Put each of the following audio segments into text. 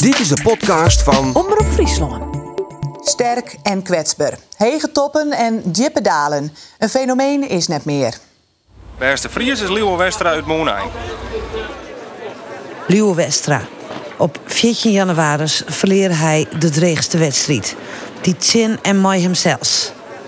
Dit is de podcast van Omroep Friesland. Sterk en kwetsbaar. Hege toppen en diepe dalen. Een fenomeen is net meer. Beste Fries is Liewe Westra uit Moenijn. Liewe Westra. Op 14 januari verleerde hij de dreigste wedstrijd. Die Tsin en Mooi hemzelfs.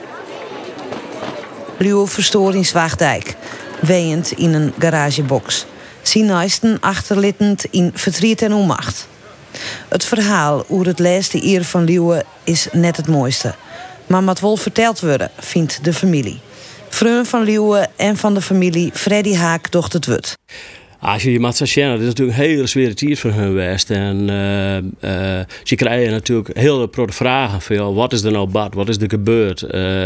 Liewe verstoor in Zwaagdijk. Weend in een garagebox. Zijn naasten achterlittend in verdriet en onmacht. Het verhaal over het laatste uur van Liewe is net het mooiste. Maar moet wel verteld worden, vindt de familie. Vreun van Liewe en van de familie Freddy Haak docht het wut. Als je moet zien, dat is natuurlijk een hele zware tijd voor hun geweest. En ze krijgen natuurlijk heel veel vragen van wat is er nou bad, wat is er gebeurd.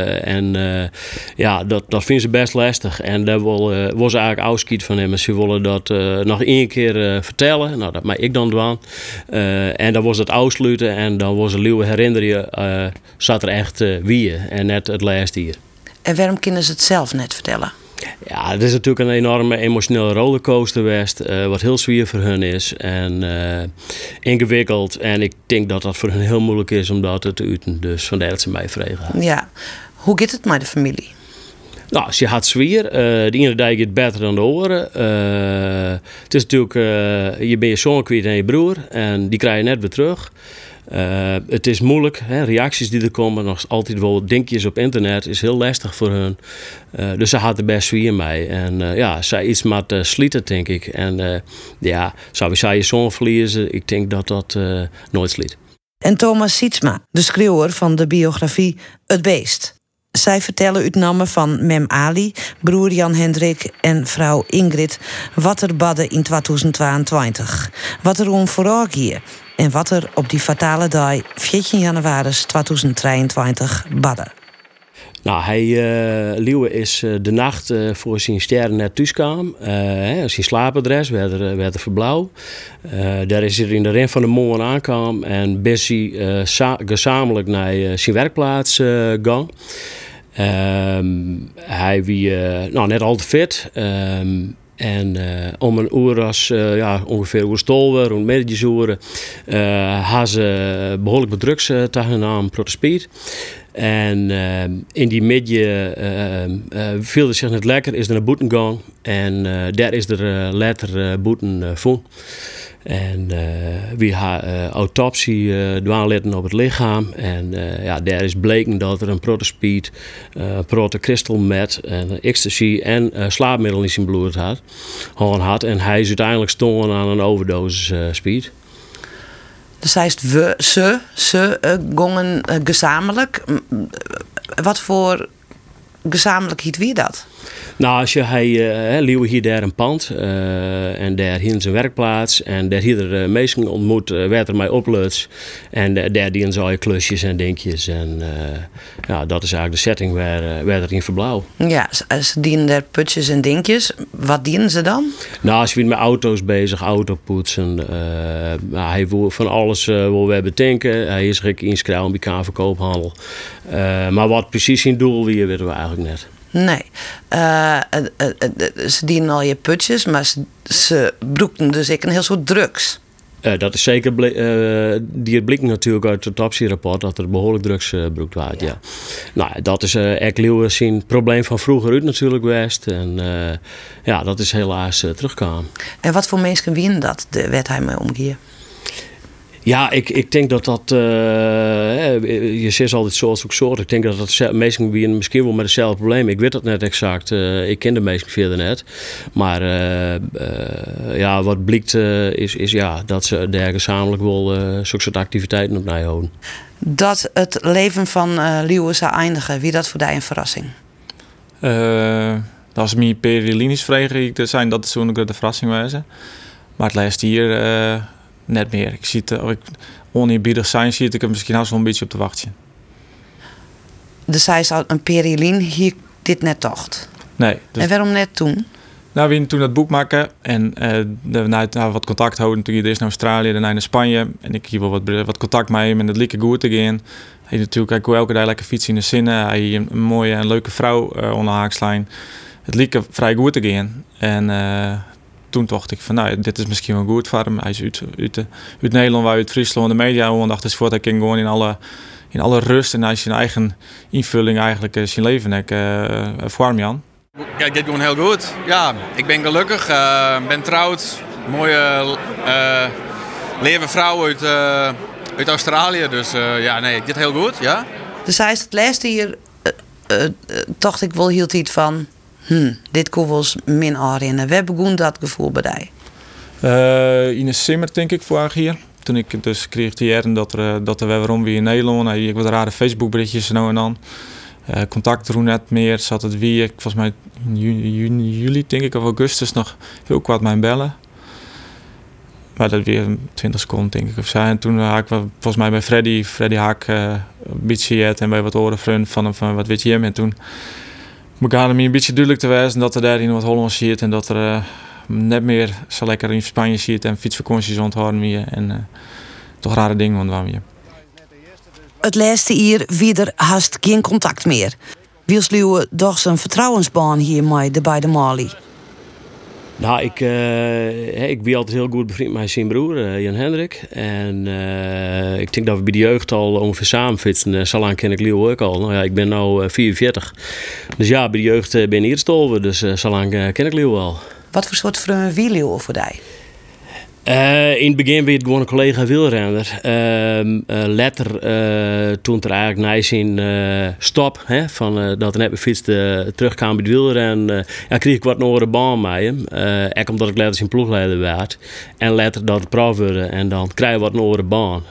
Dat vinden ze best lastig. En daar was eigenlijk afscheid van hem. Ze willen dat nog één keer vertellen. Nou, dat mag ik dan doen. En dan was het afsluiten en dan was een nieuwe herinnering. Zat er echt wie en net het laatste hier. En waarom kunnen ze het zelf net vertellen? Ja, het is natuurlijk een enorme emotionele rollercoaster geweest, wat heel zwaar voor hun is en ingewikkeld. En ik denk dat dat voor hun heel moeilijk is om dat te uiten. Dus vandaar dat ze mij vragen. Ja, hoe gaat het met de familie? Nou, ze had zwier. De ene dag gaat beter dan de andere. Het is natuurlijk, je bent je zoon kwijt en je broer en die krijg je net weer terug. Het is moeilijk, hè? Reacties die er komen, nog altijd wel denkjes op internet, is heel lastig voor hun. Dus ze had er best zwier mee. En zij iets met slieten, denk ik. En zou je zoon verliezen, ik denk dat dat nooit sliet. En Thomas Sietsma, de schreeuwer van de biografie Het Beest. Zij vertellen uit namen van mem Ali, broer Jan Hendrik en vrouw Ingrid wat er badde in 2022. Wat er om vooral hier en wat er op die fatale dag 14 januari 2023 badde. Nou, Liewe is de nacht voor zijn sterren net thuis kwam. Zijn slaapadres werd er verbouwd. Daar is hij in de ren van de morgen aankwam en Bessie gezamenlijk naar zijn werkplaats gaan. Hij was net al te fit. En om een uur was ongeveer hoe stol rond middaguren, hadden ze behoorlijk met drugs tegen hem protesteerd. En in die middag viel het zich net lekker, is er naar boeten gegaan en daar is er later boeten van. En we hebben autopsie doen op het lichaam. En daar is bleken dat er een protospeed, crystal meth, ecstasy en slaapmiddel in zijn bloed had. En hij is uiteindelijk stonden aan een overdosis speed. Dus hij is ze gongen gezamenlijk. Wat voor gezamenlijk hiet wie dat? Nou, als je Liewe hier daar een pand en daar hier zijn werkplaats en daar hier er mensen ontmoet, werd er mij opluts en daar dienen ze al je klusjes en dingetjes en dat is eigenlijk de setting waar er in verblauw. Ja, ze dienen daar putjes en dingetjes. Wat dienen ze dan? Nou, als je met auto's bezig, autopoetsen, hij wil van alles wil we bedenken. Hij is gek inschrijven bij kaarverkoophandel. Maar wat precies zijn doel weer weten we eigenlijk net. Nee, ze dienen al je putjes, maar ze broekten dus een heel soort drugs. Dat is zeker, die blijkt natuurlijk uit het autopsierapport dat er behoorlijk drugs gebruikt werd. Ja. Nou, dat is Liewe zijn probleem van vroeger uit natuurlijk geweest. En dat is helaas teruggekomen. En wat voor mensen winnen dat, werd hij mee omgekeerd? Ja, ik denk dat je zegt altijd soort. Ik denk dat mensen wie misschien wel met hetzelfde probleem. Ik weet dat net exact. Ik ken de mensen verder net. Maar wat blijkt is dat ze daar gezamenlijk wel zulke soort activiteiten op houden. Dat het leven van Liewe zou eindigen, wie dat voor jou een verrassing? Dat was mijn periodisch vrij te zijn. Dat is zo'n grote verrassing wezen. Maar het laatste hier net meer. Ik zie het, oneerbiedig zijn, zie ik er misschien al zo'n beetje op te wachten. Dus zij zou een periolien hier dit net tocht? Nee. Dus... En waarom net toen? Nou, we toen dat boek maken en wat contact houden. Toen je eerst naar Australië, daarna naar Spanje. En ik hier wel wat contact met hem en het lieke goed te gaan. Hij kon elke dag lekker fietsen in de zinnen. Hij een mooie en leuke vrouw onder haakslijn. Het lieke vrij goed te gaan. En toen dacht ik van, nou, dit is misschien wel goed voor hem. Hij is uit Nederland, uit Friesland, de media, en dacht dus voort, hij kan gewoon in alle rust en als je eigen invulling eigenlijk zijn leven vorm Jan. Ja, het gaat gewoon heel goed. Ja, ik ben gelukkig, ben trouwd, mooie leve vrouw uit Australië, dus ja, nee, het gaat heel goed, ja. Dus hij is het laatste hier, dacht ik wel hield iets van, dit kon wel eens min aanrennen. Waar begon dat gevoel bij jou? In de zomer denk ik vorig jaar. Toen ik dus kreeg te jaren dat er waarom weer in Nederland. Ik wat rare Facebook berichtjes nou en dan. Contact er net meer. Zat het weer, volgens mij in juli denk ik of augustus nog heel kwaad mij bellen. Maar dat weer 20 seconden denk ik of zo. En toen had ik volgens mij bij Freddy Haak een beetje en bij wat oren van wat weet je hem. En toen begon het me een beetje duidelijk te wijzen dat er daar in wat Holland zit en dat er net meer zo lekker in Spanje zit en fietsvakanties onthouden weer en toch rare dingen onthouden weer. Het laatste jaar wie er haast geen contact meer. Wiels Leeuwen doch zijn vertrouwensbaan hiermee de bij de Mali. Nou, ik ben altijd heel goed bevriend met zijn broer, Jan Hendrik. En ik denk dat we bij de jeugd al ongeveer samen fietsen. Zo lang ken ik Leo ook al. Nou ja, ik ben nu 44. Dus ja, bij de jeugd ben ik eerst over. Dus zo lang ken ik Leo al. Wat voor soort vriend wie Leo voor jou? In het begin werd het gewoon een collega wielrenner. Later, toen er eigenlijk na zijn stop, dat er net met fiets terugkwam bij het wielrennen, kreeg ik wat een andere baan met hem. Ook omdat ik later zijn ploegleider werd. En later dat het prof worden en dan krijg je wat een andere baan.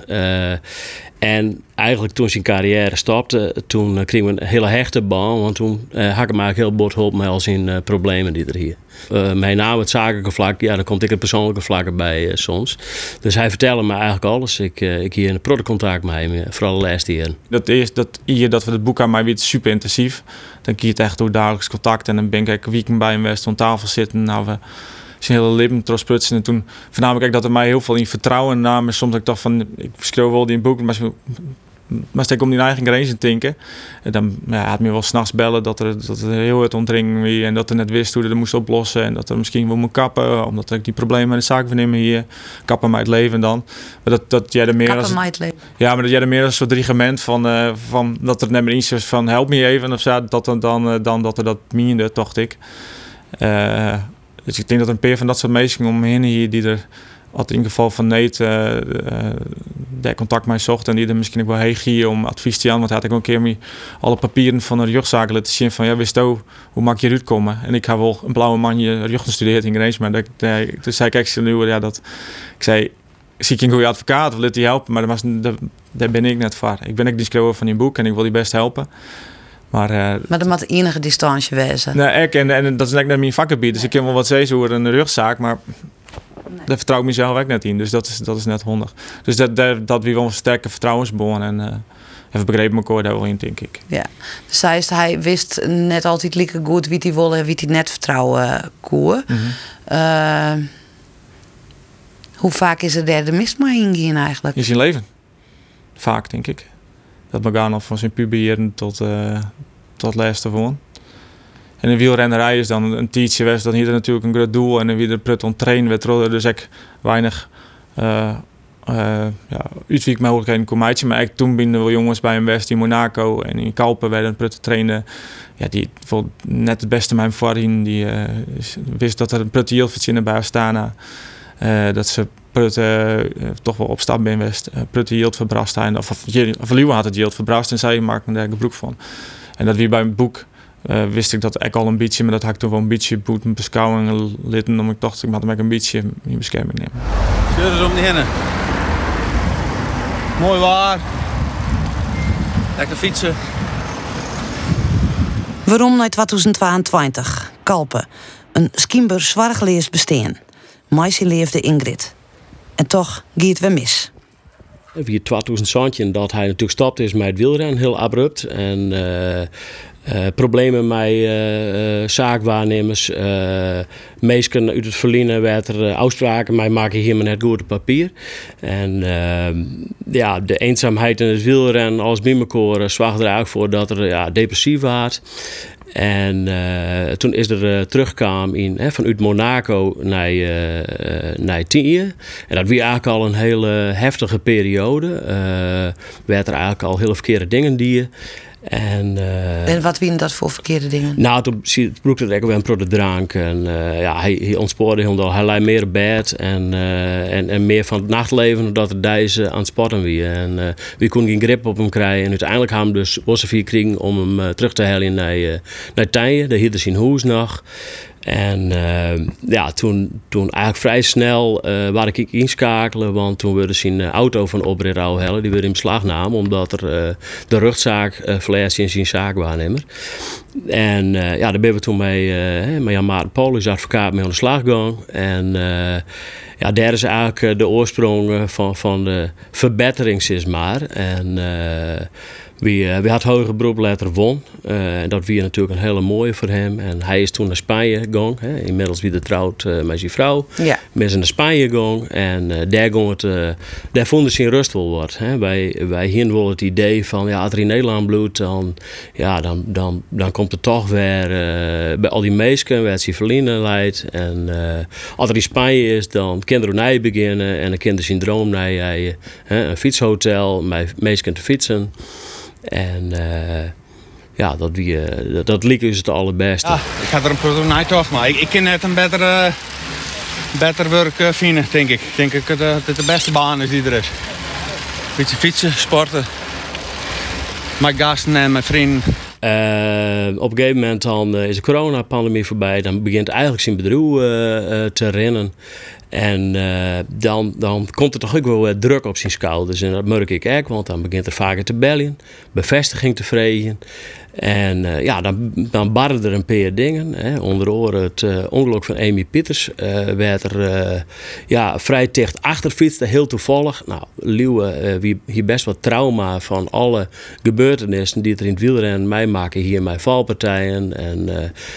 En eigenlijk toen zijn carrière stopte, toen kregen we een hele hechte baan. Want toen had ik hem eigenlijk heel bot geholpen met al zijn problemen die er hier. Met name het zakelijke vlak, ja, dan komt ik het persoonlijke vlak bij soms. Dus hij vertelde me eigenlijk alles. Ik hier een protocontact met hem, vooral de laatste jaren. Dat we het boek aan mij weer super intensief. Dan kies je het echt door dagelijks contact. En dan ben ik een weekend bij hem West aan tafel zitten. Nou, we zijn hele leven trosprutsen. En toen vernam ik dat er mij heel veel in vertrouwen nam. Soms ik dacht van, ik schreef wel die in boek, maar steek om die eigen grenzen te denken. En dan had me wel 's nachts bellen dat er heel het ontdringen wie en dat er net wist hoe dat moest oplossen en dat er misschien wel moet kappen, omdat ik die problemen met de zaak vernemen hier kappen mij het leven dan. Maar dat jij er meer kappen mij het leven. Ja, maar dat jij er meer een soort regiment van dat er net maar iets is van help me even of zo, dan dat er dat meende, dacht ik. Dus ik denk dat er een paar van dat soort mensen om me heen hier die er had in ieder geval van Neet daar contact mee zocht en die er misschien ook wel heen ging om advies te aan. Want hij had ik ook een keer mee alle papieren van de rugzaken laten zien van ja, wist je hoe mag je eruit komen? En ik heb wel een blauwe man hier rug gestudeerd in Greens, maar toen zei ik nu ja dat ik zei zie ik een goede advocaat, wil hij helpen, maar daar ben ik net voor. Ik ben ook die schrijver van die boek en ik wil die best helpen. Maar er moet enige distantie wezen. Nee, en dat is net mijn vakgebied, dus ik kan wel wat zeggen over een rugzaak, maar daar vertrouw ik mezelf ook net in, dus dat is net handig. Dus dat wie wel een sterke vertrouwensbron en even begrepen elkaar daar wel in, denk ik. Ja, dus hij wist net altijd lekker goed wie hij wilde en wie hij net vertrouwen kon. Mm-hmm. Hoe vaak is er daar de mist maar ingaan eigenlijk? In zijn leven. Vaak, denk ik. Dat begaan al van zijn puberen tot laatste gewoon. En een wielrennerij is dan een tijdje was dan hier natuurlijk een groot doel en wie er prut onttrainen werd dus ik weinig uitwijkmogelijkheden kon maken. Maar ik toen binnen wel jongens bij een West in Monaco en in Kalpen werden prut trainen. Ja, die vond net het beste mijn voorheen. Die wist dat er een prut Yield bij Astana. Dat ze prut toch wel op stap ben West. Prut Yield verbrast zijn of Leeuwen had het Yield verbrast en zij maakte daar gebruik van. En dat wie bij een boek wist ik dat ik al een beetje, maar dat had ik toen wel een beetje boet beschouwing litten, omdat ik dacht ik had hem een beetje in bescherming nemen. Zeur eens om die hinnen. Mooi waar. Lekker fietsen. Waarom naar 2022? Kalpen. Een schimber zwaar geleerd bestaan. Meisje leefde Ingrid. En toch gaat het mis. Wie 2000 dat hij natuurlijk stopt is met het wielrennen, heel abrupt. En problemen met zaakwaarnemers. Meesken uit het verliezen werd er afspraken, maar maken hier maar net goed op papier. En de eenzaamheid in het wielrennen als bij elkaar zorgde er eigenlijk voor dat er depressief was. En toen is er terugkwam vanuit Monaco naar Tië. En dat was eigenlijk al een hele heftige periode. Werd er eigenlijk al hele verkeerde dingen die. En wat waren dat voor verkeerde dingen? Nou, toen broekte het ook weer een pro de drank. En hij ontspoorde heel. Hij leidde meer op bed en meer van het nachtleven dan dat het deze aan het sporten wie. En we konden geen grip op hem krijgen. En uiteindelijk hebben we dus Ossevier gekregen om hem terug te halen naar Tijen. Daar hield hij zijn huis nog. En toen eigenlijk vrij snel waar ik inschakelen, want toen wilde zijn auto van Obrerau hellen, die weer in beslag namen, omdat er de rechtszaak verleest in zijn zaakwaarnemer. En daar ben we toen met Jan Maarten Polis, advocaat, mee aan de slag gegaan. En daar is eigenlijk de oorsprong van de verbetering, zeg maar. En we had hoger beroep later won. En dat was natuurlijk een hele mooie voor hem. En hij is toen naar Spanje gegaan. Inmiddels weer getrouwd met zijn vrouw. Ja. Met zijn naar Spanje gegaan. En daar vonden ze in rust wel wat. Wij hier wel het idee van, als er in Nederland bloedt, dan komt het toch weer bij al die meisken, waar ze verliezen leidt. En als er in Spanje is, dan kan er opnieuw beginnen. En dan kan er zijn droom naar een fietshotel, met meisken te fietsen. En dat leek is het allerbeste. Ja, ik ga er een product toch, maar ik kan net een beter werk vinden, denk ik. Ik denk dat het de beste baan is die er is. Beetje fietsen, sporten. Mijn gasten en mijn vrienden. Op een gegeven moment dan is de coronapandemie voorbij. Dan begint eigenlijk zijn bedrijf te rennen. En dan komt er toch ook wel druk op zijn schouders. En dat merk ik ook, want dan begint er vaker te bellen. Bevestiging te vregen. En dan barren er een paar dingen. Onder andere het ongeluk van Amy Pieters. Werd er vrij dicht achterfietst, heel toevallig. Nou, Liewe, wie hier best wat trauma van alle gebeurtenissen die er in het wielrennen meemaken hier met valpartijen. En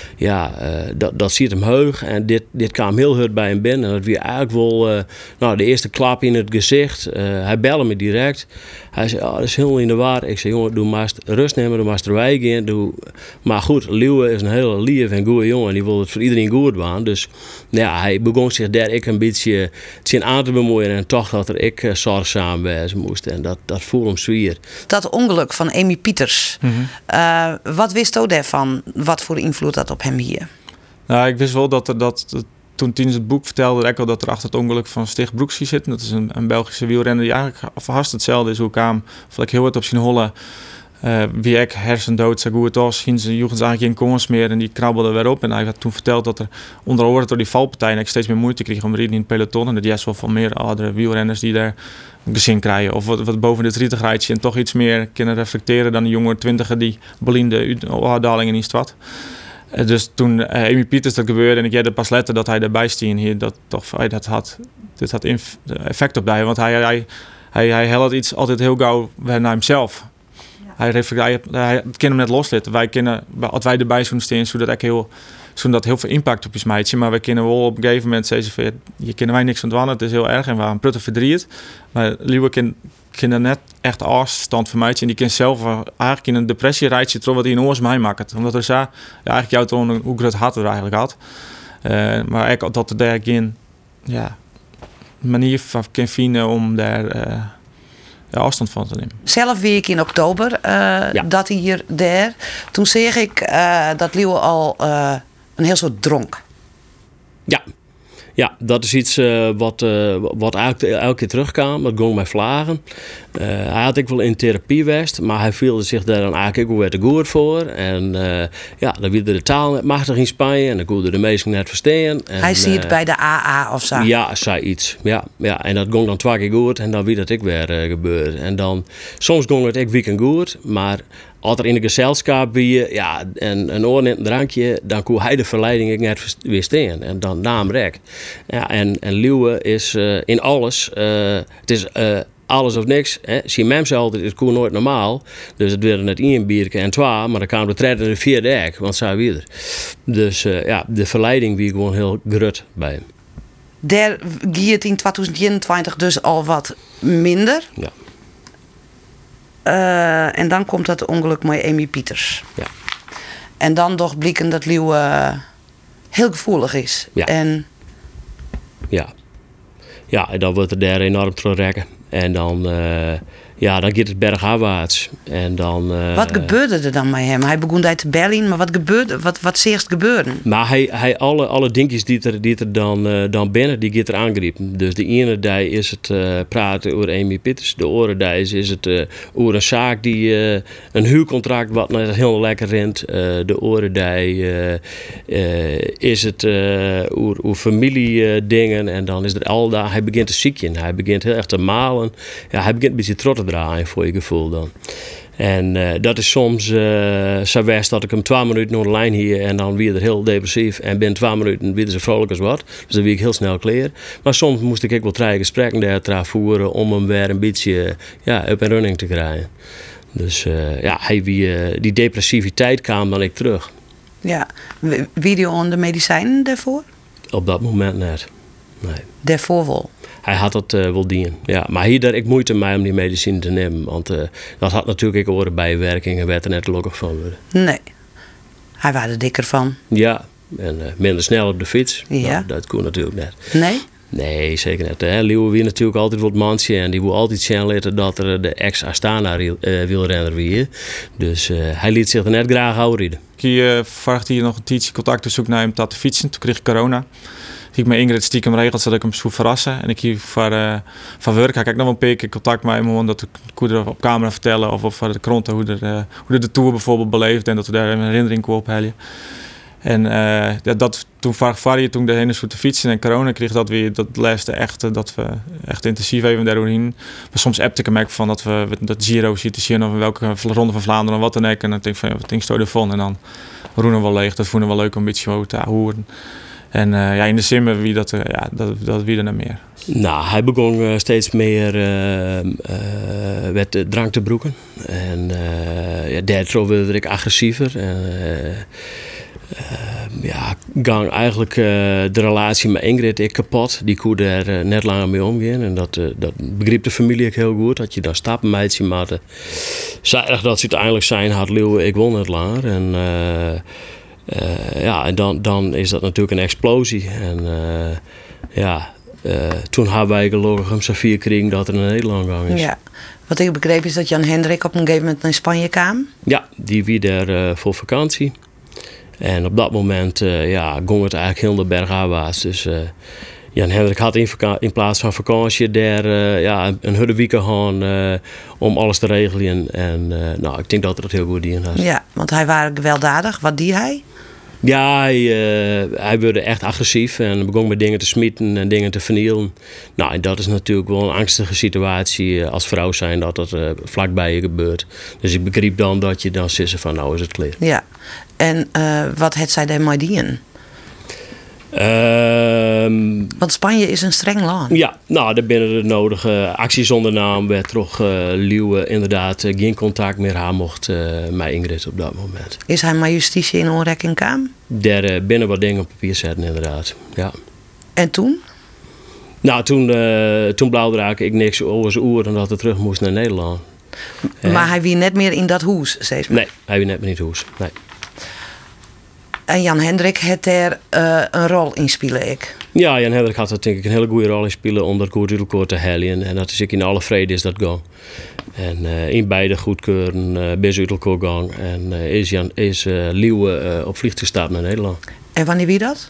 dat ziet hem heug. En dit kwam heel hard bij hem binnen. En dat was eigenlijk wel de eerste klap in het gezicht. Hij belde me direct. Hij zei, dat is helemaal in de war. Ik zei, jongen, doe maar rust nemen, doe maar erbij gaan. Maar goed, Liewe is een hele lief en goede jongen. Die wil het voor iedereen goed doen. Dus hij begon zich daar een beetje aan te bemoeien. En toch dat er zorgzaam wezen moest. En dat voelde hem zwier. Dat ongeluk van Amy Pieters. Mm-hmm. Wat wist u daarvan? Wat voor invloed dat op hem hier? Nou, ik wist wel dat toen tijdens het boek vertelde ik al dat er achter het ongeluk van Stig Broeksie zit. Dat is een Belgische wielrenner die eigenlijk vast hetzelfde is hoe ik kwam. Of ik heel hard op zijn hollen. Wie ik hersendood, zo goed was, ging ze joegens eigenlijk geen kans meer en die krabbelde weer op. En hij had toen verteld dat er onder andere door die valpartijen ik steeds meer moeite kreeg om rijden in het peloton. En dat is wel van meer andere wielrenners die daar een gezin krijgen. Of wat boven dit 30 rijtje en toch iets meer kunnen reflecteren dan de jonge 20er die beliende afdalingen in Stad. Dus toen Amy Pieters dat gebeurde en ik jij er pas letter dat hij erbij stond hier, dat toch dit had effect op hij, want hij helde iets altijd heel gauw weer naar hemzelf. Hij kan hem net loslaten. Wij kunnen, als wij erbij zouden staan, zou dat heel veel impact op je meidje. Maar wij kunnen wel op een gegeven moment zeggen van, je kunnen wij niks aan doen. Het is heel erg en we gaan prutten verdriet. Maar Liewe kan er net echt afstand van meidje. En die kan zelf eigenlijk in een depressie rijden terwijl wat hij in oors mij maakt. Omdat er zo, eigenlijk jou tonen hoe groot hart er eigenlijk had. Maar eigenlijk dat er daar geen manier van kan vinden om daar afstand van te nemen. Zelf weer ik in oktober dat hij hier daar. Toen zeg ik dat Liewe al een heel soort dronk. Ja, dat is iets wat eigenlijk elke keer terugkwam. Dat ging mij vlagen. Hij had ook wel in therapie geweest, maar hij voelde zich daar dan eigenlijk ook weer te goed voor. En dan wilde de taal net machtig in Spanje en dan konden de meesten net verstaan. Hij ziet het bij de AA of zo. Ja, zei iets. Ja, en dat ging dan 2 keer goed en dan wie dat ik weer gebeurde. En dan, soms ging het ook weekend goed, maar als er in de gezelschap en een oor en een drankje, dan kon hij de verleiding net weerstaan. En dan naam rek. Ja, en Liewe is in alles. Het is alles of niks. Zie mem zei altijd, het kon nooit normaal. Dus het werd net 1 biertje en 2, maar dan kwam de 3e en de 4e ek, want zij weer. Dus de verleiding wie gewoon heel grut bij hem. Daar ging het in 2021 dus al wat minder. Ja. En dan komt dat ongeluk met Amy Pieters. Ja. En dan toch blikken dat Liewe heel gevoelig is. Ja. En Ja, en dan wordt er daar enorm terugrekken. En dan gaat het bergafwaarts. En dan... wat gebeurde er dan met hem? Hij begon daar te bellen, maar wat gebeurde? Wat zeerst gebeurde? Maar hij alle dingetjes die er dan binnen, die gaat er aangrijpen. Dus de ene dag is het praten over Amy Pieters. De andere dag is het over een zaak die een huurcontract wat net heel lekker rent. De andere dag is het over familiedingen. En dan is er al daar. Hij begint te ziekjen. Hij begint heel erg te malen. Ja, hij begint een beetje trots te draaien voor je gevoel dan. En dat is soms zo best dat ik hem 2 minuten naar de lijn hier en dan weer er heel depressief. En binnen 2 minuten weer zo vrolijk als wat. Dus dan weer ik heel snel klaar. Maar soms moest ik ook wel 3 gesprekken daar voeren om hem weer een beetje up en running te krijgen. Dus die depressiviteit kwam dan ik terug. Ja, wie die on de medicijnen daarvoor? Op dat moment net. Nee. Daarvoor wel. Hij had dat wel dienen. Ja, maar hier had ik moeite mee om die medicine te nemen. Want dat had natuurlijk ook andere bijwerkingen. Werd er net gelukkig van worden. Nee. Hij was er dikker van. Ja, en minder snel op de fiets. Ja. Nou, dat kon natuurlijk net. Nee? Nee, zeker net. Liewe wie natuurlijk altijd wat mansje. En die wil altijd zien laten dat er de ex-Astana wielrenner weer. Dus hij liet zich er net graag houden. Ik vraagde hier nog een tijdje contact te zoeken naar hem te fietsen. Toen kreeg ik corona. Ik met Ingrid stiekem regeld dat ik hem zou verrassen. En ik hier van werk heb ik nog een paar keer contact met hem. Dat ik er op camera vertellen of op de krant hoe de Tour bijvoorbeeld beleefd. En dat we daar een herinnering kon ophalen. En toen toen de heen te fietsen en corona kreeg dat weer dat laatste echt dat we echt intensief even daardoorheen. Maar soms appte ik hem van dat we dat Giro zitten zien of welke ronde van Vlaanderen of wat dan ook. En dan denk ik van wat denk je ervan? En dan roenen wel leeg. Dat vonden we wel leuk om een beetje te horen. En in de sim wie dat wie er naar meer. Nou, hij begon steeds meer met drank te broeken. En daardoor werd ik agressiever. Gang eigenlijk de relatie met Ingrid kapot. Die kon er net langer mee omgaan. En dat begreep de familie ook heel goed. Dat je daar stappen met je maakte. Zei dat ze uiteindelijk zijn had Leeuwen, ik won het langer. En en dan is dat natuurlijk een explosie. En toen hebben wij gelukkig hem zo 4 kregen dat er een Nederland gang is. Ja. Wat ik begreep is dat Jan Hendrik op een gegeven moment naar Spanje kwam. Ja, die wie daar voor vakantie. En op dat moment ging het eigenlijk heel de bergafwaarts. Dus Jan Hendrik had in plaats van vakantie daar een hele week gaan om alles te regelen. En ik denk dat het heel goed dienen had. Ja, want hij was gewelddadig. Wat die hij? Ja, hij werd echt agressief en begon met dingen te smieten en dingen te vernielen. Nou, en dat is natuurlijk wel een angstige situatie als vrouw zijn dat dat vlakbij je gebeurt. Dus ik begreep dan dat je dan zegt van nou is het klaar. Ja, en wat had zij daarmee dienen? Want Spanje is een streng land. Ja, nou, daar binnen de nodige acties ondernamen werd toch Liewe inderdaad geen contact meer hebben mocht met Ingrid op dat moment. Is hij met justitie in onrekking kwam? Daar binnen wat dingen op papier zetten inderdaad, ja. En toen? Nou, toen blauwdraak ik niks over zijn oer en dat hij terug moest naar Nederland. Maar hij wie net meer in dat hoes, steeds maar. Nee, hij wie net meer in het hoes, nee. En Jan Hendrik had daar een rol in spelen, ik. Ja, Jan Hendrik had er denk ik een hele goede rol in spelen om dat goed uitkoor te halen. En dat is ik in alle vrede is dat gang. En in beide goedkeuren, best uit elkaar gang. En is Liewe op vliegtuig gestapt naar Nederland. En wanneer wie dat?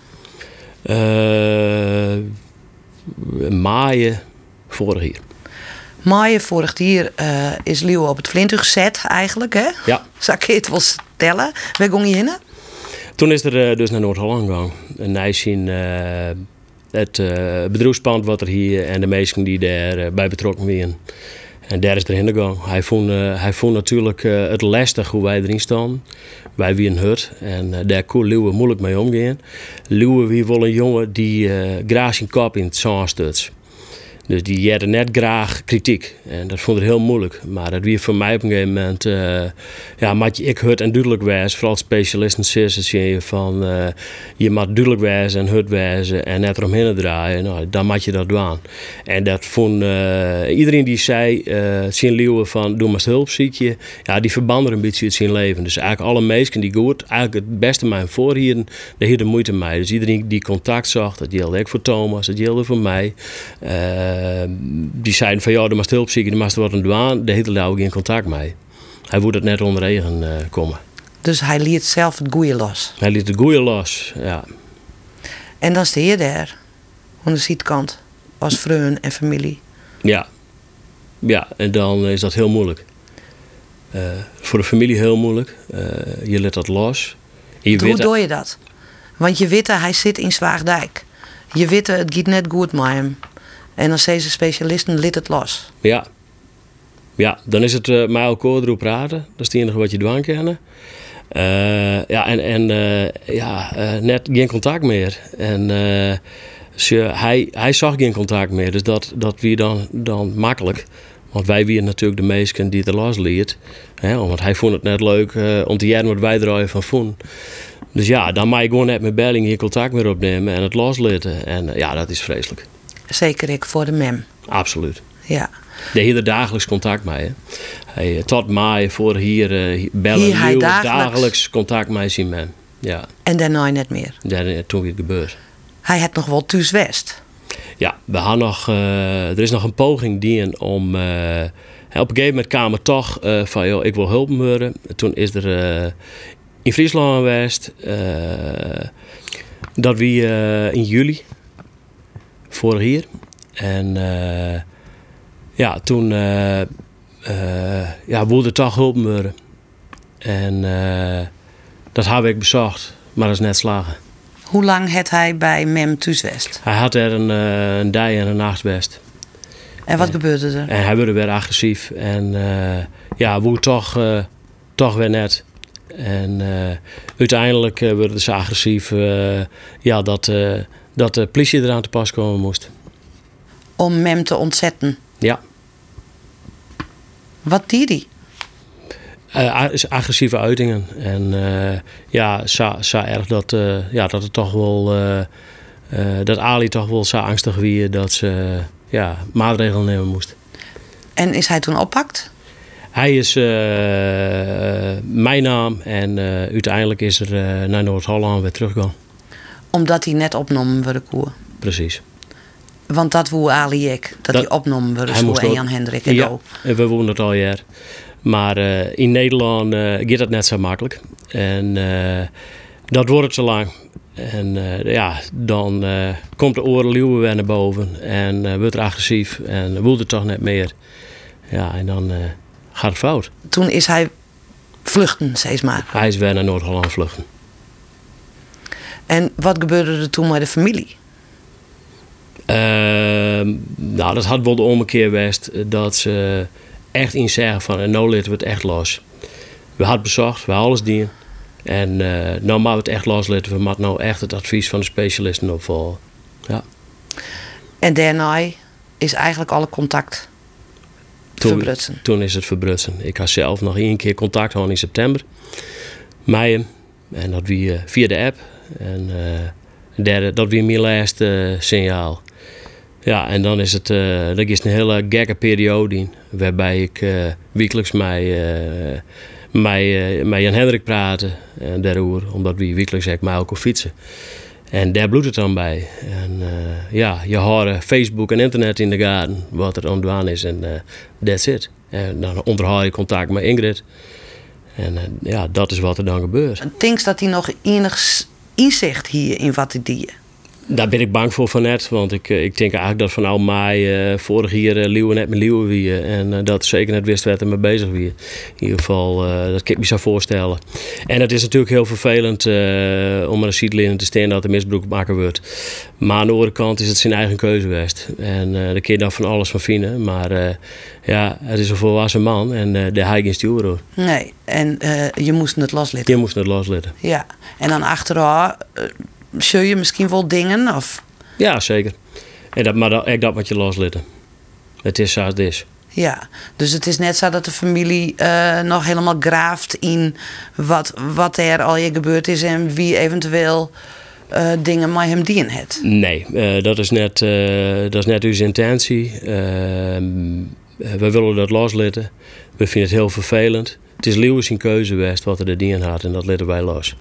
Maaien vorig jaar. Maaien vorig jaar is Liewe op het vliegtuig gezet eigenlijk, hè? Ja. Zal ik het wel stellen? Waar ging je heen? Toen is er dus naar Noord-Holland gegaan. En hij zien het bedrijfspand wat er hier en de mensen die daarbij betrokken waren. En daar is er heen gegaan. Hij vond natuurlijk het lastig hoe wij erin staan. Wij wie een hut en daar kon Liewe moeilijk mee omgaan. Liewe wie wel een jongen die graag zijn kop in het zand stuurt. Dus die hadden net graag kritiek. En dat vond ik heel moeilijk. Maar dat weer voor mij op een gegeven moment... ik hut en duidelijk wijs. Vooral specialisten zie je van... je moet duidelijk wijzen en hut wijzen en net eromheen draaien. Nou, dan moet je dat doen. En dat vond iedereen die zei... zien leeuwen van doe maar hulp ziet je. Ja, die verbanden een beetje uit zijn leven. Dus eigenlijk alle mensen die goed... Eigenlijk het beste mijn voorhielden, daar hield de moeite mee. Dus iedereen die contact zag, dat geldt ook voor Thomas, dat geldt voor mij. Die zeiden van ja, de hulp zieken, die moest wat aan doen. Daar hield hij ook geen contact mee. Hij wilde het net onder regen komen. Dus hij liet zelf het goeie los. Hij liet het goeie los, ja. En dan sta je daar, aan de zijkant, als vriend en familie. Ja. Ja, en dan is dat heel moeilijk. Voor de familie heel moeilijk. Je let dat los. Hoe doe je dat? Want je weet, hij zit in Zwaagdijk. Je weet, het gaat net goed met hem. En dan zeggen ze specialisten, liet het los. Ja. Ja, dan is het met elkaar erover praten. Dat is het enige wat je doen kan. Net geen contact meer. En hij zag geen contact meer. Dus dat weer dan makkelijk. Want wij waren natuurlijk de meesten die het los liet. Want hij vond het net leuk om te jaren wat wij er van vonden. Dus ja, dan mag je gewoon net met Belling hier contact meer opnemen en het loslitten. En dat is vreselijk. Zeker ik voor de mem. Absoluut. Ja. De hier dagelijks contact mee. Hij tot mij voor hier bellen. Hier dagelijks contact met zijn mem. Ja. En daarna net meer. Toen weer het gebeurd. Hij had nog wel thuis West. Ja, we hadden nog, er is nog een poging die om... op een gegeven moment kwam het toch van, joh, ik wil hulp worden. Toen is er in Friesland geweest. Dat wie in juli. Vorig jaar. En toen wilde toch hulp worden. En dat heb ik bezocht, maar dat is net slagen. Hoe lang had hij bij Mem thuiswest? Hij had er een dag en een nacht best. En wat gebeurde er? En hij werd weer agressief. En woe toch weer net. En uiteindelijk werden ze agressief dat de politie eraan te pas komen moest. Om Mem te ontzetten? Ja. Wat deed hij? Agressieve uitingen. En zo erg dat het toch wel... dat Ali toch wel zo angstig was dat ze maatregelen nemen moest. En is hij toen oppakt? Hij is mijn naam en uiteindelijk is er naar Noord-Holland weer teruggegaan. Omdat hij net opgenomen werd koer? Precies. Want dat woe Ali ik, dat hij opgenomen werd zo en Jan Hendrik en ja, we woonden het al jaar. Maar in Nederland gaat dat net zo makkelijk. En dat wordt het zo lang. En dan komt de oorleeuwen weer naar boven. En wordt er agressief. En wil het toch net meer. Ja, en dan gaat het fout. Toen is hij vluchten, zeg maar. Hij is weer naar Noord-Holland vluchten. En wat gebeurde er toen met de familie? Dat had wel de ommekeer geweest dat ze echt in zeggen van en nou laten we het echt los. We hadden bezocht, we hadden alles dienen. En nou maar we het echt loslaten. We moeten nou echt het advies van de specialisten opvolgen. Ja. En daarna is eigenlijk alle contact verbrutsen. Toen is het verbrutsen. Ik had zelf nog 1 keer contact gehad in september. Met hem. En dat wie via de app. En dat wie mijn laatste signaal. Ja, en dan is het er is een hele gekke periode in. Waarbij ik wekelijks met Jan Hendrik praten. En daarover, omdat we wekelijks met elkaar fietsen. En daar bloedt het dan bij. En je houdt Facebook en internet in de gaten. Wat er aan het doen is. En that's it. En dan onderhoud je contact met Ingrid. En dat is wat er dan gebeurt. Denk je dat hij nog enig inzicht hier in wat hij deed? Daar ben ik bang voor van net. Want ik denk eigenlijk dat van mei vorig jaar Leeuwen net met Leeuwen wie. En dat zeker net wist waar hij mee bezig was. In ieder geval, dat kan ik me zo voorstellen. En het is natuurlijk heel vervelend om aan de zijlijn te staan dat er misbruik maken wordt. Maar aan de andere kant is het zijn eigen keuze geweest. En daar kun je dan van alles van vinden. Maar het is een volwassen man en daar ga je geen stuur door. Nee, en je moest het loslaten. Je moest het loslaten. Ja, en dan achteraf... zul je misschien wel dingen? Of? Ja, zeker. En dat moet je loslaten. Het is zoals het is. Ja, dus het is net zo dat de familie nog helemaal graaft in wat er al je gebeurd is en wie eventueel dingen met hem dien heeft. Nee, dat is net onze intentie. We willen dat loslaten. We vinden het heel vervelend. Het is Leeuwen zijn keuze geweest wat er dien had en dat laten wij los.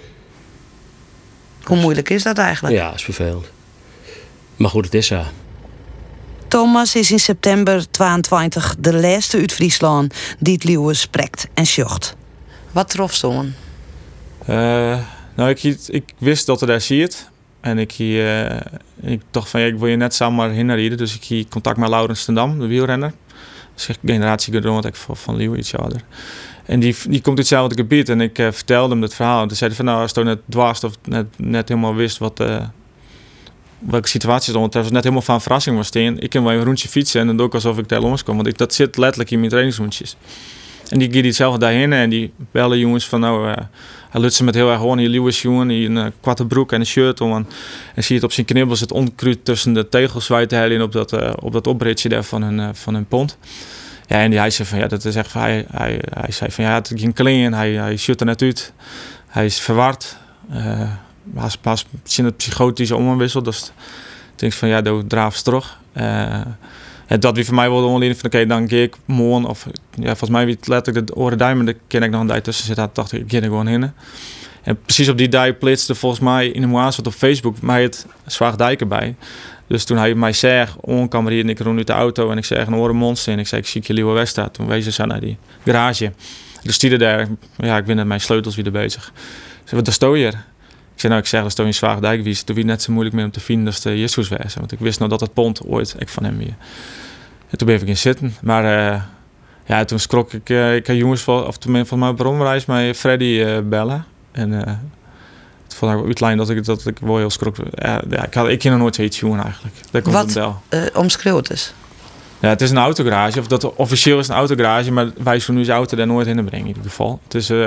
Hoe moeilijk is dat eigenlijk? Ja, is vervelend. Maar goed, het is zo. Thomas is in september 22 de laatste uit Friesland die het Leeuwen spreekt en sjocht. Wat trof zo'n? Nou, ik wist dat er daar ziet. En ik dacht van, ik wil je net samen maar heen. Dus ik hier contact met Laurens ten Dam, de wielrenner. Zeg generatiegenoot van Leeuwen, iets ouder. En die komt uit hetzelfde gebied. En ik vertelde hem het verhaal. En toen zei hij van, nou, als je net dwast of net helemaal wist welke situatie stond. Het was net helemaal van verrassing was steen. Ik kan wel een rondje fietsen en dan doe ik alsof ik daar langs kom. Want dat zit letterlijk in mijn trainingsrondjes. En die gaat hetzelfde daarheen en die bellen jongens van nou, hij lukt ze met heel erg gewoon die Lewis jongen, die een kwarte broek en een shirt om. En zie je het op zijn knibbels, het onkruid tussen de tegels zwaait hij in op dat opritje daar van hun pont. Ja, en hij zei van ja, dat is echt, hij zei van ja, het ging klein, hij shirt er net uit, hij is verward. Hij pas in het psychotische omwissel, dus ik denk van ja, doe draaf terug. En dat wie voor mij wilde onleden van oké, dan ga ik morgen of ja, volgens mij wie het letterlijk de oren duimen, daar ken ik nog een dag tussen zitten, dacht ik ga er gewoon heen. En precies op die dag plaatste volgens mij in de moa's wat op Facebook mij het Zwaagdijk erbij. Dus toen hij mij zei, onkamer en ik rond uit de auto en ik zeg een orenmonster en ik zei ik zie je Leeuwen Westra. Toen wezen ze naar die garage. Dus stuurde daar, ja, ik ben met mijn sleutels weer bezig. Ik zei, wat sto je hier? Ik zei, nou, ik zeg, dat is toch in Zwaagdijk wies. Toen was het net zo moeilijk meer om te vinden als de Jezus was. Want ik wist nog dat het pond ooit ik van hem weer. En toen bleef ik in zitten. Maar ja, toen schrok ik. Ik had jongens van mijn bronreis met Freddy bellen. En toen vond ik uitlijn dat ik wel heel schrok. Ik ken nog nooit zoiets jongen eigenlijk. Dat komt wat omschreeuwt is? Ja, het is een autogarage. Of dat officieel is een autogarage, maar wij zullen nu zijn auto daar nooit in brengen in ieder geval. Het is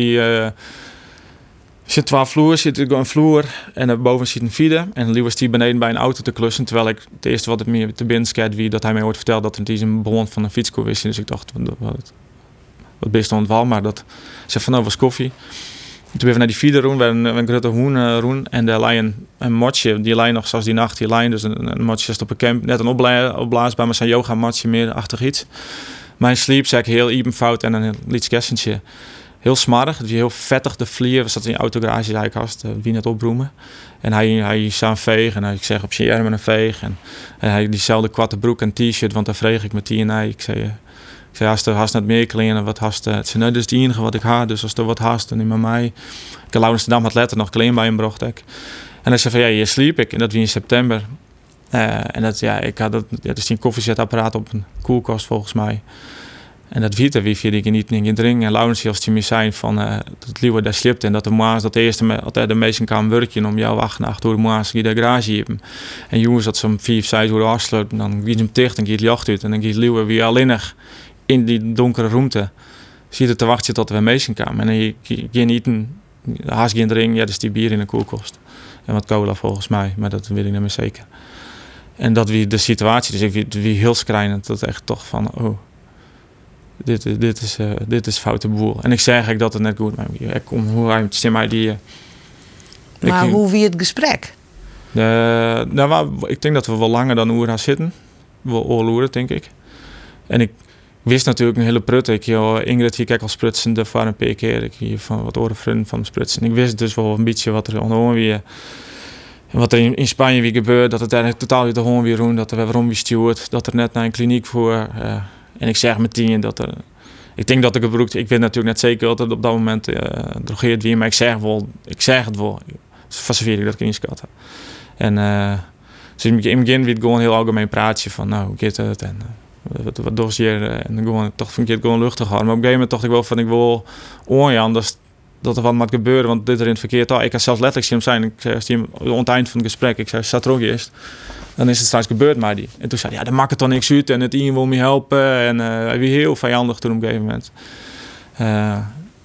er zit 12 vloers, zit een vloer en daarboven zit een fiede. En Leeuwen is die beneden bij een auto te klussen. Terwijl ik het eerste wat het meer te binnen schiet, wie dat hij mij ooit vertelde dat het een bron van een fietskoer wist. Dus ik dacht, wat best ontwal, maar dat zei van nou was koffie. Toen ben we naar die fiede roen, waar een grote hoen roen. En daar lei een matje, die lei nog zoals die nacht, die lei dus een matje op een camp. Net een opblaasbaar, maar zijn yoga matje meer achtig iets. Mijn sleep zei ik heel evenfout en een liet kessentje. Heel smarrig, die heel vettig de vlier. We zaten in de autogarage, zei ik haast, wie net opbroemen. En hij zou een veeg en ik zeg op zijn armen een veeg. En hij diezelfde kwarte broek en t-shirt, want daar vreeg ik met die en hij. Ik zei als er haast net meer kleren, wat haast. Het zei, nee, dat is het enige wat ik had, dus als er wat haast, dan niet met mij. Ik had Laurens ten Dam had letter nog kleding bij hem bracht ik. En hij zei van ja, hier sliep ik. En dat was in september. En dat, ja, ik had dat, ja, dus die koffiezetapparaat op een koelkast volgens mij. En dat weet wie die ik niet in drinken. En Laurens als die meer zijn van dat Leeuwen daar slipt en dat de moa's dat eerste altijd de meesten kwamen werken om jou 8 nacht door de moa's die de garage hebben. En jongens dat ze om 4, 5 uur afsluiten, dan giet hem dicht en giet licht uit en dan giet Leeuwen weer alleenig in die donkere ruimte. Ziet het te wachten tot we meesten kwamen. En dan je niet haast geen drinken, ja, dus die bier in de koelkast. En wat cola volgens mij, maar dat weet ik niet meer zeker. En dat wie de situatie, dus ik wie heel schrijnend, dat echt toch van oh. Dit is foute boel. En ik zeg eigenlijk dat het net goed maar ik kom hoe hij met mij die. Maar hoe wie het gesprek? Ik denk dat we wel langer dan uur gaan zitten. Wel oorloeren, denk ik. En ik wist natuurlijk een hele prut. Ingrid hier kijk al sprutsen de voor een paar keer. Ik hier van wat orenvrienden van sprutsen. Ik wist dus wel een beetje wat er onderhoor weer. Wat er in Spanje weer gebeurt, dat het eigenlijk totaal uit de hoorn weer doen, dat er weer waarom weer stuurt, dat er net naar een kliniek voor. En ik zeg meteen dat er. Ik denk dat ik het beroep. Ik weet natuurlijk net zeker dat het op dat moment drogeert wie, maar ik zeg het wel. Van zover ik dat ik niet schat. En dus in het begin werd gewoon een heel algemeen praatje van nou hoe gaat het en wat dossier en gewoon toch vond ik het gewoon luchtig houden. Maar op een gegeven moment dacht ik wel van ik wil anders dat er wat moet gebeuren, want dit er in het verkeerd. Ik had zelfs letterlijk zien hem zijn. Ik zei aan het eind van het gesprek, ik zei staat er ook eerst. Dan is het straks gebeurd maar die. En toen zei hij, ja, dan maakt het dan niks uit en het iemand wil me helpen. En hij was heel vijandig toen op een gegeven moment.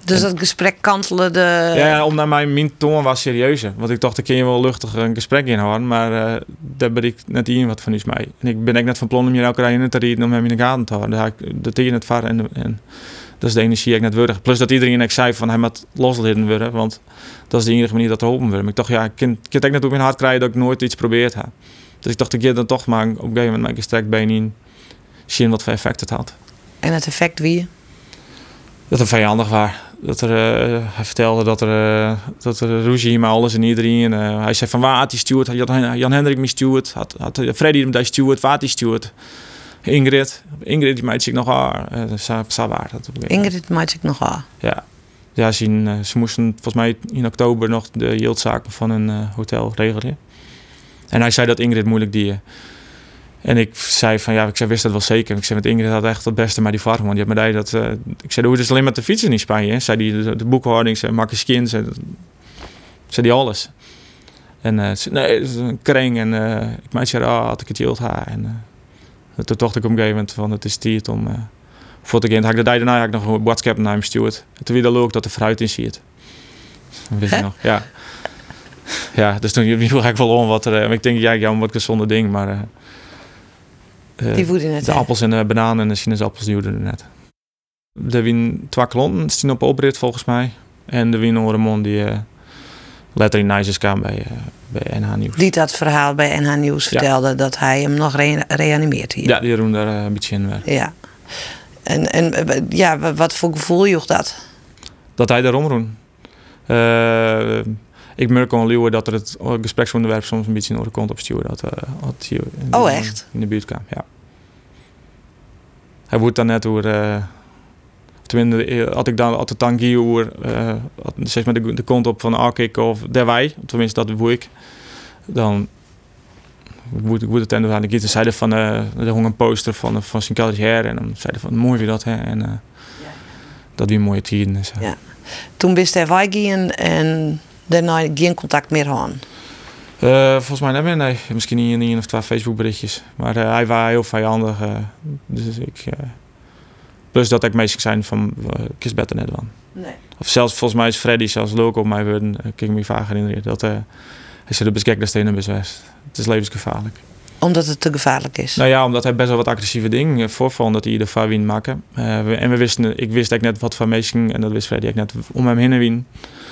Dus dat gesprek kantelde de... Ja, omdat mijn toon was serieuzer. Want ik dacht, ik kan je wel luchtig een gesprek inhouden. Maar daar ben ik net in wat van iets mij. En ik ben ook net van plan om je elke rij in te rijden om hem in de gaten te houden. Dat deed je net varen en dat is de energie die ik net wilde. Plus dat iedereen ook zei van hij moet loslaten worden. Want dat is de enige manier dat er geholpen wordt. Maar ik dacht, ja, ik kan het net op mijn hart krijgen dat ik nooit iets probeerd heb. Dus ik dacht, ik ga dan toch maar op een gegeven moment mijn gestrekt been in zien wat voor effect het had. En het effect wie? Dat het vijandig was. Hij vertelde dat er ruzie met alles en iedereen. Hij zei van waar had die steward? Had Jan Hendrik me steward? Had Freddy hem daar steward? Waar had die steward? Ingrid die meid ik nog haar. Ingrid meid ik nog haar. Ja, ze moesten volgens mij in oktober nog de yieldzaken van een hotel regelen. En hij zei dat Ingrid moeilijk die. En ik zei van ja, ik wist dat wel zeker. Ik zei met Ingrid had echt het beste met die vader. Want die had me dat. Ik zei hoe is het alleen met de fietsen in Spanje? Zei die de boekhouding, zei maak skin, zei die alles. En nee, het is een kring en ik meid zei had ik het yield haar en toen dacht ik op een gegeven moment van het is tijd om voor te gaan. Had ik de dag daarna nog een WhatsApp naar hem gestuurd. En toen weer leuk dat er fruit in zit. Wist je nog? Ja. Ja, dus toen viel ik wel om wat er. Ik denk ja, wat gezonde ding, maar. Die voerde net. De appels en de bananen en de sinaasappels die voeden er net. Er wien 2 klanten staan op oprit volgens mij. En de wien Oremon die letter in Nijzes kwam bij NH Nieuws. Die dat verhaal bij NH Nieuws vertelde dat hij hem nog reanimeert hier. Ja, die doen daar een beetje in werk. Ja. En ja, wat voor gevoel joeg dat? Dat hij daarom doen. Ik merk al Leeuwen dat er het gespreksonderwerp soms een beetje in de kont opstuurde. Dat hier in de buurt kwam, ja. Hij wordt dan net door... tenminste, had het dan hier zeg maar de kont op van Arkik of derwij. Tenminste, dat woe ik. Dan wordt het en aan de gieten zeiden van er hong een poster van Sint Carrière en dan zeiden van mooi wie dat hè en dat weer mooie tijden. Ja. Toen wist hij wij en daarna geen contact meer aan. Volgens mij nee. Misschien niet 1 of 2 Facebook berichtjes. Maar hij was heel vijandig. Dus ik... plus dat ik meestal zijn van... ik is beter net dan. Nee. Of zelfs volgens mij is Freddy zelfs leuk op mij worden. Ik me vaak herinneren. Dat hij zei de beschik dat stenen bezwest. Het is levensgevaarlijk. Omdat het te gevaarlijk is? Nou ja, omdat hij best wel wat agressieve dingen voorvalt. Dat hij de vaar wien maken. En ik wist net wat van mensen. En dat wist Freddy net om hem heen wien.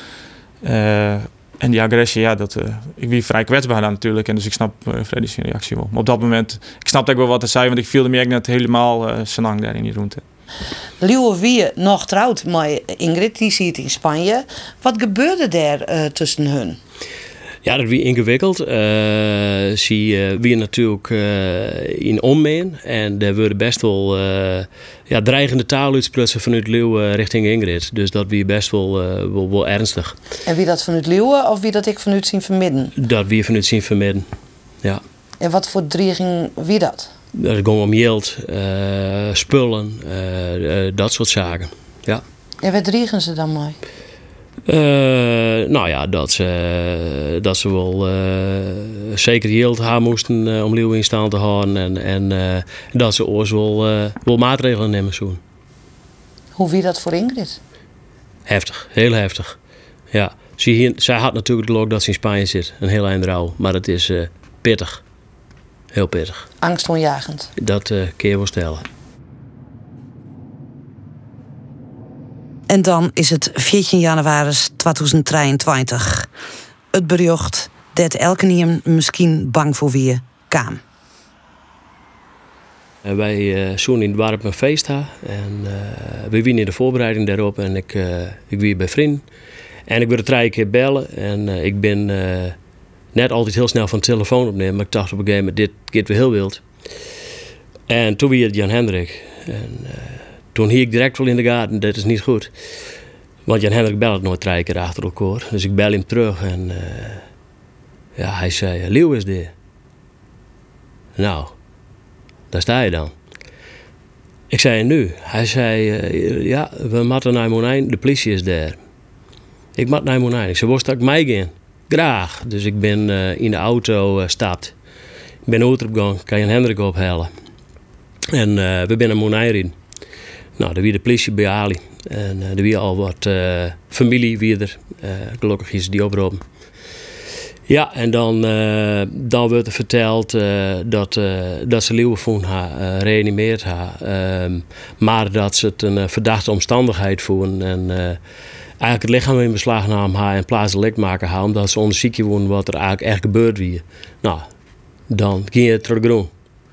En die agressie, ja, ik wie vrij kwetsbaar dan natuurlijk. En dus ik snap Freddy's reactie wel. Maar op dat moment, ik snapte ook wel wat hij zei. Want ik voelde me net helemaal senang daar in die route. Leeuwen wie nog trouwt met Ingrid, die zit in Spanje. Wat gebeurde daar tussen hun? Ja, dat was ingewikkeld. Ze wie natuurlijk in ommeen. En daar werden best wel dreigende taal uitsprutsen vanuit Leeuwen richting Ingrid. Dus dat was best wel ernstig. En wie dat vanuit Leeuwen of wie dat ik vanuit zien vermidden? Dat wie vanuit zien vermidden, ja. En wat voor dreiging wie dat? Dat ging om geld, spullen, dat soort zaken, ja. En wat dreigen ze dan mee? Nou ja, dat ze wel zeker geld hebben moesten om Leeuwen in stand te houden. En dat ze oors wel maatregelen nemen zoen. Hoe wie dat voor Ingrid? Heftig, heel heftig. Ja. Zij had natuurlijk het geluk dat ze in Spanje zit. Een heel eind rouw. Maar het is pittig. Heel pittig. Angstaanjagend. Dat kun je wel stellen. En dan is het 14 januari 2023. Het bericht dat elke niem misschien bang voor wie kwam. Wij zoen in het dorp een feest hadden. En we waren in de voorbereiding daarop. En ik was bij vrienden. En ik wilde 3 keer bellen. En ik ben net altijd heel snel van de telefoon opnemen. Maar ik dacht op een gegeven moment, dit gaat weer heel wild. En toen was het Jan Hendrik. En toen hield ik direct wel in de gaten, dat is niet goed. Want Jan Hendrik belt nooit 3 keer achter elkaar. Dus ik bel hem terug en hij zei, Leeuw is dit. Nou, daar sta je dan. Ik zei, en nu? Hij zei, we moeten naar Monijn, de politie is daar. Ik moet naar Monijn. Ik zei, waar sta ik mij gaan? Graag. Dus ik ben in de auto gestapt. Ik ben opgegaan, kan Jan Hendrik ophalen. En we zijn naar Monijn rijden. Nou, er wie de politie bij Ali. En er wie al wat familie wie er. Gelukkig is die oproepen. Ja, en dan wordt er verteld dat ze Liewe vonden reanimeerd maar dat ze het een verdachte omstandigheid vonden. En eigenlijk het lichaam in beslag namen en plaatselijk maken omdat ze onderzoeken woonden wat er eigenlijk echt gebeurd was. Nou, dan ging je terug groen.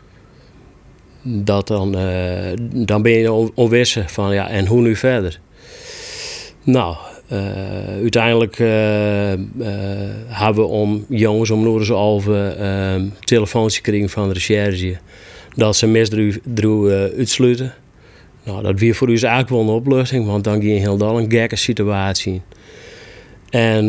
Dan ben je onwisse van ja, en hoe nu verder? Nou, uiteindelijk hebben we om jongens om nodig over telefoons gekregen van de recherche dat ze misdrijf uitsluiten. Nou, dat was voor u eigenlijk wel een oplossing, want dan ging je heel dan een gekke situatie. En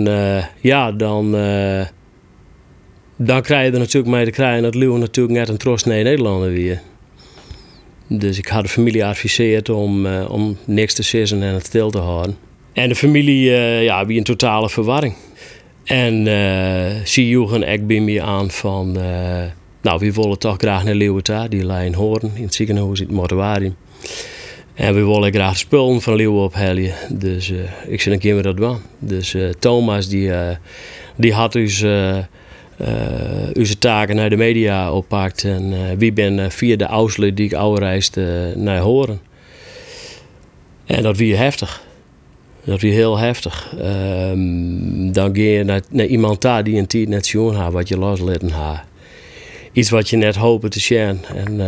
dan krijg je er natuurlijk mee te krijgen dat Liewe natuurlijk net een trost naar Nederlander weer. Dus ik had de familie adviseerd om niks te sissen en het stil te houden. En de familie wie een totale verwarring. En ze joegen echt bij me aan van we willen toch graag naar Leeuwarden, die lijn horen in het ziekenhuis, in het mortuarium. En we willen graag de spullen van Leeuwen ophalen. Dus ik zei, dan kunnen we dat doen. Dus Thomas die had dus onze taken naar de media oppakt. En wie ben via de Ausland die ik reisde naar horen. En dat was heftig. Dat was heel heftig. Dan ga je naar iemand daar die een tijd net zien had, wat je loslaten had. Iets wat je net hoopt te zien. En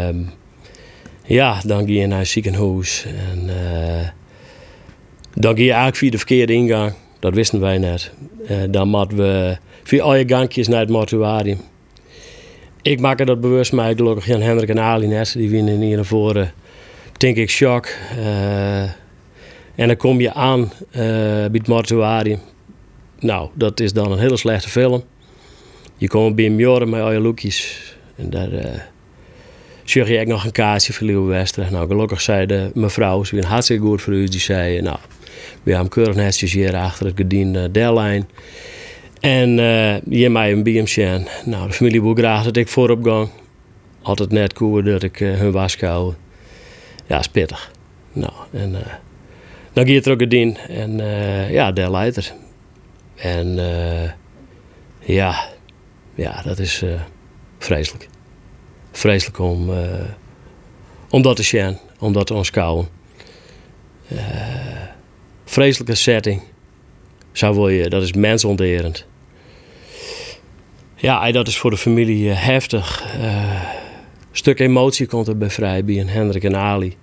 dan ga je naar het ziekenhuis. En dan ga je eigenlijk via de verkeerde ingang. Dat wisten wij net. Dan moeten we via al je gangjes naar het mortuarium. Ik maak dat bewust, maar gelukkig Jan Hendrik en Ali net. Die winnen hier naar voren, denk ik, shock. En dan kom je aan bij het mortuarium. Nou, dat is dan een hele slechte film. Je komt bij een joren met al je lookjes. En daar zeg je nog een kaartje voor Liewe Westra. Nou, gelukkig zei de mevrouw, ze was hartstikke goed voor u. Die zei, nou, we hebben keurig netjes hier achter het gediende deadline. En je mij een BMC. Nou, de familie wil graag dat ik voorop ga. Altijd net cool dat ik hun was gehouden. Ja, is pittig. Nou, en dan ga je terug gediend. En daar leidt er. En dat is vreselijk. Vreselijk om dat te zien, om dat te aanschouwen. Vreselijke setting. Zo wil je, dat is mensonterend. Ja, dat is voor de familie heftig. Een stuk emotie komt er bij vrij, bij een Hendrik en Ali.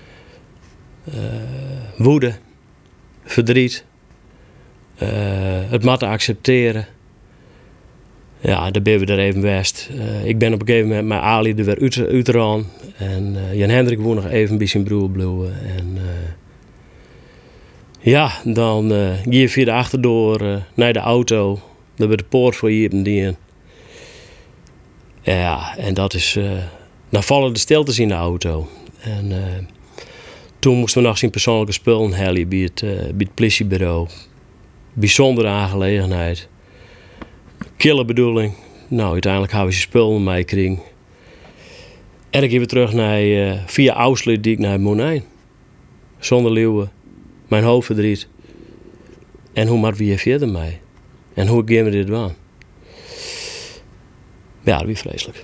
Woede, verdriet, het moeten accepteren. Ja, daar ben we er even best. Ik ben op een gegeven moment met Ali er weer uiteraard. En Jan Hendrik woont nog even bij zijn broer blijven. En dan ga je via de achterdoor naar de auto. Daar wordt de poort voor je en die in. Ja, en dat is... dan vallen de stiltes in de auto. En toen moesten we nog zijn persoonlijke spullen halen bij het politiebureau. Bijzondere aangelegenheid. Kille bedoeling. Nou, uiteindelijk hebben we zijn spullen meegekregen. En dan gaan we terug naar, via Ausland die ik naar Monijn. Zonder Leeuwen. Mijn hoofdverdriet. En hoe moeten we hier verder mee? En hoe gaan we dit doen? Ja, dat is vreselijk.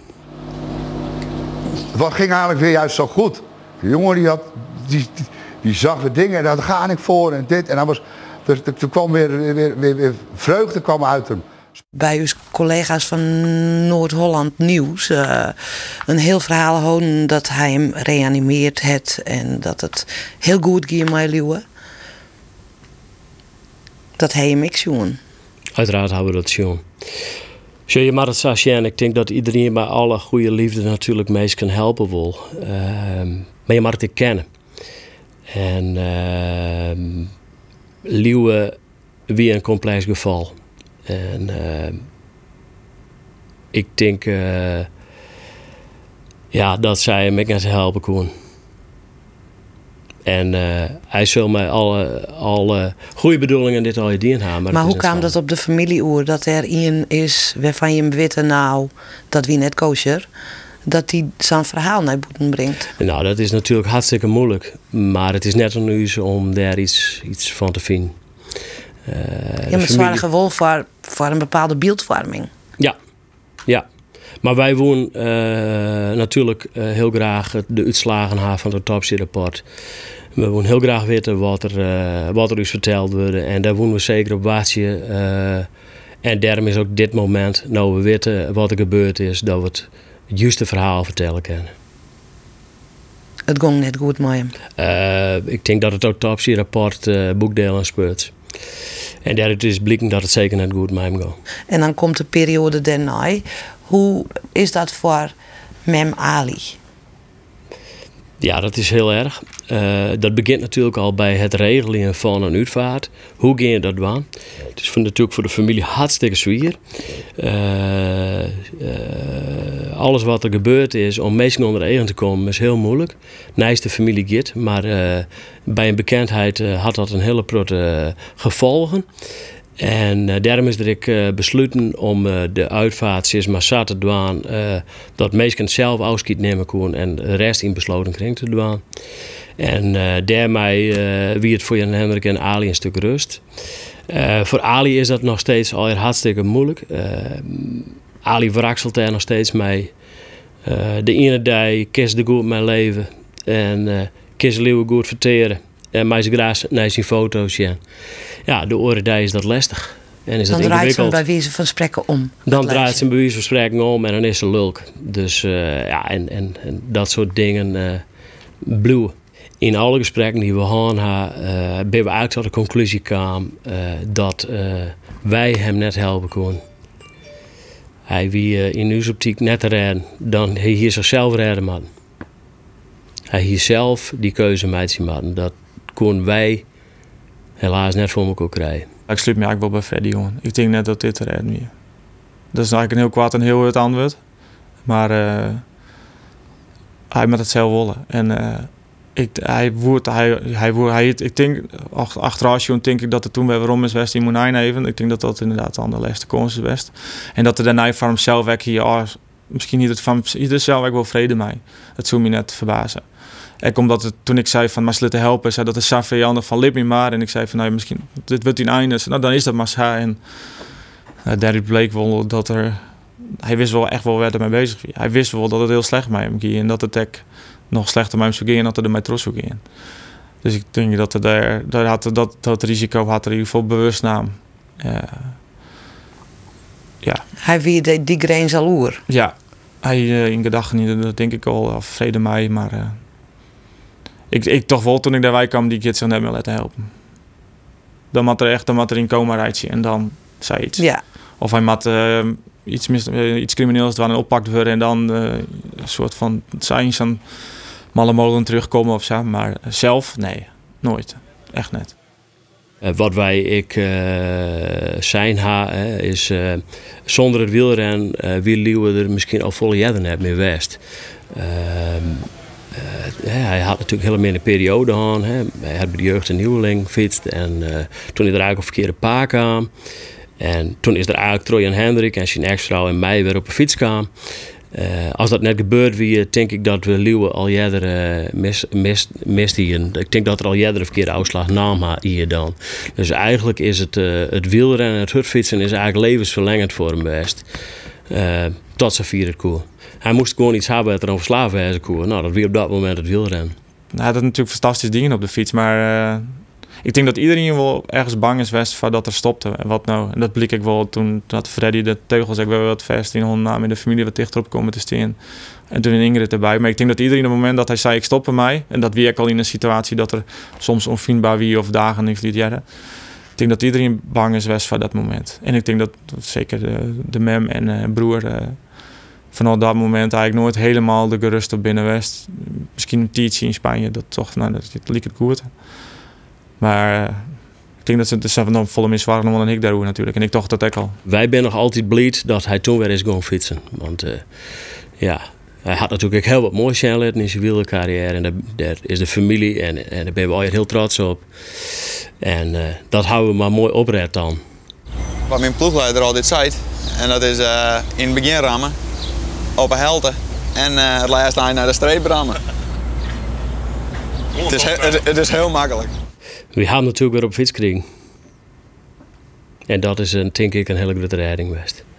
Wat ging eigenlijk weer juist zo goed? De jongen die zag de dingen en daar ga ik voor en dit. En dan was, er kwam weer vreugde kwam uit hem. Bij uw collega's van Noord-Holland Nieuws een heel verhaal houden dat hij hem reanimeerd heeft en dat het heel goed ging met Liewe. Dat hij hem ik zien. Uiteraard hebben we dat zien. Je mag het zo zien. Ik denk dat iedereen bij alle goede liefde natuurlijk meest kan helpen wil. Maar je mag het kennen. En Liewe weer een complex geval. En ik denk dat zij hem net helpen kon. En hij zal mij alle goede bedoelingen dit al gedaan hebben. Maar hoe kwam dat op de familieoer? Dat er iemand is waarvan je hem weet nou, dat wie net kosher. dat hij zijn verhaal naar buiten brengt? Nou, dat is natuurlijk hartstikke moeilijk. Maar het is net aan u om daar iets van te vinden. Ja, maar het waren gewoon voor een bepaalde beeldvorming. Ja. Maar wij willen natuurlijk heel graag de uitslagen hebben van het autopsierapport. We willen heel graag weten wat er ons verteld wordt. En daar willen we zeker op wachten. En daarom is ook dit moment, nou we weten wat er gebeurd is, dat we het juiste verhaal vertellen kunnen. Het ging net goed met hem. Ik denk dat het autopsierapport boekdeel en speurt. En daaruit is blijken dat het zeker net goed met hem gaat. En dan komt de periode daarna. Hoe is dat voor Mem Ali? Ja, dat is heel erg. Dat begint natuurlijk al bij het regelen van een uitvaart. Hoe ga je dat doen? Het is natuurlijk voor de familie hartstikke zwaar. Alles wat er gebeurd is om mensen onder de ogen te komen is heel moeilijk. Naast de familie Git, maar bij een bekendheid had dat een hele grote gevolgen. En daarom is er besloten om de uitvaart sinds Massa te doen, dat mensen zelf afscheid nemen kon en de rest in besloten kring te doen. En daarmee wie het voor Jan Hendrik en Ali een stuk rust. Voor Ali is dat nog steeds al hartstikke moeilijk. Ali wrakselt daar nog steeds mee. De ene dag kiest de goed mijn leven en kiest de leeuwen goed verteren. En mij graag naar zijn foto's. Ja, de andere dag is dat lastig. En is dan dat draait ingewikkeld. ze bij wijze van spreken om. Dan draait ze bij wijze van spreken om en dan is ze lulk. Dus en dat soort dingen bluwen. In alle gesprekken die we hadden, ben we eigenlijk tot de conclusie kwamen dat wij hem net helpen konden. Hij wie in onze optiek net te redden, dan hij hier zichzelf redden moeten. Hij hier zelf die keuze maken. Dat konden wij helaas net voor elkaar krijgen. Ik sluit me eigenlijk wel bij Freddy, jongen. Ik denk net dat dit te redden is. Dat is eigenlijk een heel kwaad en heel het antwoord. Maar hij moet het zelf willen. En ik denk, achteraf denk ik dat het toen weer waarom is West in Moenijn even. Ik denk dat dat inderdaad aan de laatste kans is West. En dat er daarna van hemzelf weg hier, misschien niet het van, ieder zelf wel vrede mee. Dat zou me net verbazen. En omdat het, toen ik zei van maar te helpen, zei dat is Safé Jan van lip me maar. En ik zei van nou misschien, dit wordt een einde. Nou dan is dat maar zo. En daaruit bleek wel dat hij wist wel echt wel waar hij mee bezig was. Hij wist wel dat het heel slecht met hem ging. En dat het echt nog slechter met hem zou gaan en dat hij er met trots zou gaan. Dus ik denk dat dat risico had er in ieder geval bewust nam. Ja. Hij wie die grens al oer. Ja, hij in gedachten niet, dat denk ik al vrede mij, maar ik toch wel toen ik daarbij kwam die kids zich net meer laten helpen. Dan moet er in coma rijden en dan zei iets. Ja. Of hij moet iets crimineels doen en oppakt worden en dan een soort van zijn van malle molen terugkomen of zo. Maar zelf, nee, nooit. Echt net. Wat wij zijn is zonder het wielren wiellieuwen er misschien al volle jaren net meer west. Hij had natuurlijk helemaal een periode aan. Hij had bij de jeugd een nieuweling gefietst en toen hij er eigenlijk op verkeerde paak kwam. En toen is er eigenlijk Troy en Hendrik en zijn ex-vrouw en mij weer op een fiets kwam. Als dat net gebeurt wie, denk ik dat we Leeuwen al eerder mist hier. Ik denk dat er al eerder een verkeerde uitslag nam hier dan. Dus eigenlijk is het wielrennen en het hutfietsen is eigenlijk levensverlengend voor hem geweest. Tot zijn vierde koer. Hij moest gewoon iets hebben dat er verslaafd was koer. Nou, dat weer op dat moment het wielrennen. Nou, dat is natuurlijk fantastische dingen op de fiets, maar ik denk dat iedereen wel ergens bang is geweest voor dat er stopte. En wat nou? En dat bleek ik wel toen had Freddy de teugels ik wel wat vast in hond in de familie wat dichterop komen te staan. En toen in Ingrid erbij. Maar ik denk dat iedereen op het moment dat hij zei ik stop bij en dat wie ik al in een situatie dat er soms onvindbaar wie of dagen niks liet jaren. Ik denk dat iedereen bang is geweest voor dat moment. En ik denk dat zeker de mem en broer vanaf dat moment eigenlijk nooit helemaal de gerust op binnen West. Misschien een tijdje in Spanje dat toch, nou dat liep het goed. Maar ik denk dat ze het dan volle mis waren dan ik daar natuurlijk. En ik dacht dat ik al. Wij zijn nog altijd blij dat hij toen weer is gaan fietsen. Want hij had natuurlijk heel wat moois in zijn wielercarrière. En daar is de familie en daar ben we altijd heel trots op. En dat houden we maar mooi opred dan. Wat mijn ploegleider altijd zei, en dat is in het begin rammen, op een helte en het laatste eind naar de streep rammen. Het is heel makkelijk. We gaan natuurlijk weer op fiets krijgen. En dat is denk ik een hele grote redding geweest.